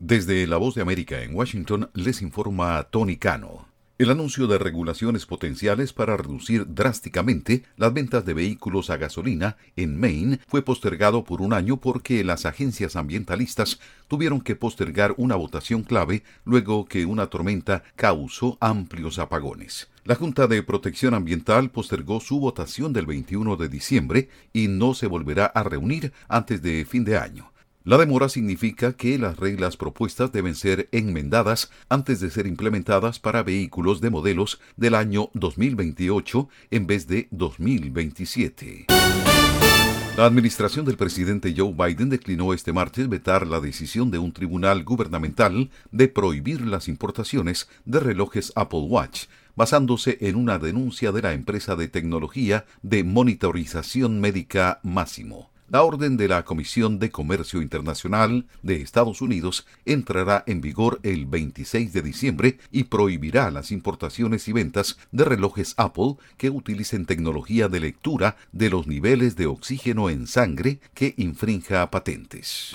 Desde La Voz de América en Washington les informa Tony Cano. El anuncio de regulaciones potenciales para reducir drásticamente las ventas de vehículos a gasolina en Maine fue postergado por un año porque las agencias ambientalistas tuvieron que postergar una votación clave luego que una tormenta causó amplios apagones. La Junta de Protección Ambiental postergó su votación del 21 de diciembre y no se volverá a reunir antes de fin de año. La demora significa que las reglas propuestas deben ser enmendadas antes de ser implementadas para vehículos de modelos del año 2028 en vez de 2027. La administración del presidente Joe Biden declinó este martes vetar la decisión de un tribunal gubernamental de prohibir las importaciones de relojes Apple Watch, basándose en una denuncia de la empresa de tecnología de monitorización médica Masimo. La orden de la Comisión de Comercio Internacional de Estados Unidos entrará en vigor el 26 de diciembre y prohibirá las importaciones y ventas de relojes Apple que utilicen tecnología de lectura de los niveles de oxígeno en sangre que infrinja patentes.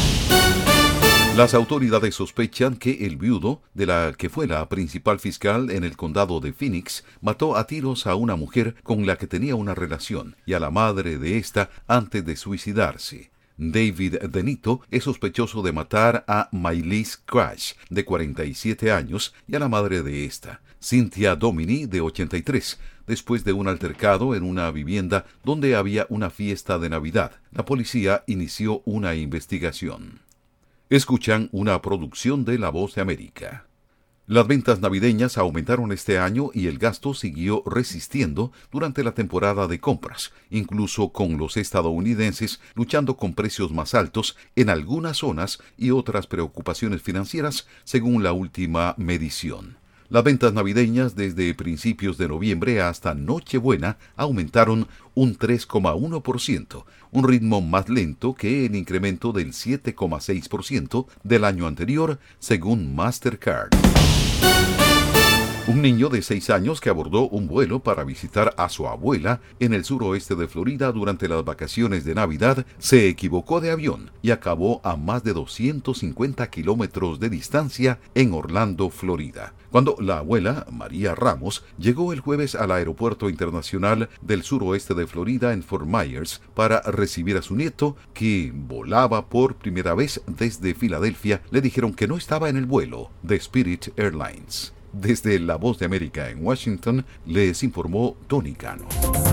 Las autoridades sospechan que el viudo de la que fue la principal fiscal en el condado de Phoenix mató a tiros a una mujer con la que tenía una relación y a la madre de esta antes de suicidarse. David Denito es sospechoso de matar a Maylise Crash, de 47 años, y a la madre de esta, Cynthia Domini, de 83, después de un altercado en una vivienda donde había una fiesta de Navidad. La policía inició una investigación. Escuchan una producción de La Voz de América. Las ventas navideñas aumentaron este año y el gasto siguió resistiendo durante la temporada de compras, incluso con los estadounidenses luchando con precios más altos en algunas zonas y otras preocupaciones financieras, según la última medición. Las ventas navideñas desde principios de noviembre hasta Nochebuena aumentaron un 3,1%, un ritmo más lento que el incremento del 7,6% del año anterior, según Mastercard. Un niño de 6 años que abordó un vuelo para visitar a su abuela en el suroeste de Florida durante las vacaciones de Navidad se equivocó de avión y acabó a más de 250 kilómetros de distancia en Orlando, Florida. Cuando la abuela, María Ramos, llegó el jueves al aeropuerto internacional del suroeste de Florida en Fort Myers para recibir a su nieto, que volaba por primera vez desde Filadelfia, le dijeron que no estaba en el vuelo de Spirit Airlines. Desde La Voz de América en Washington, les informó Tony Cano.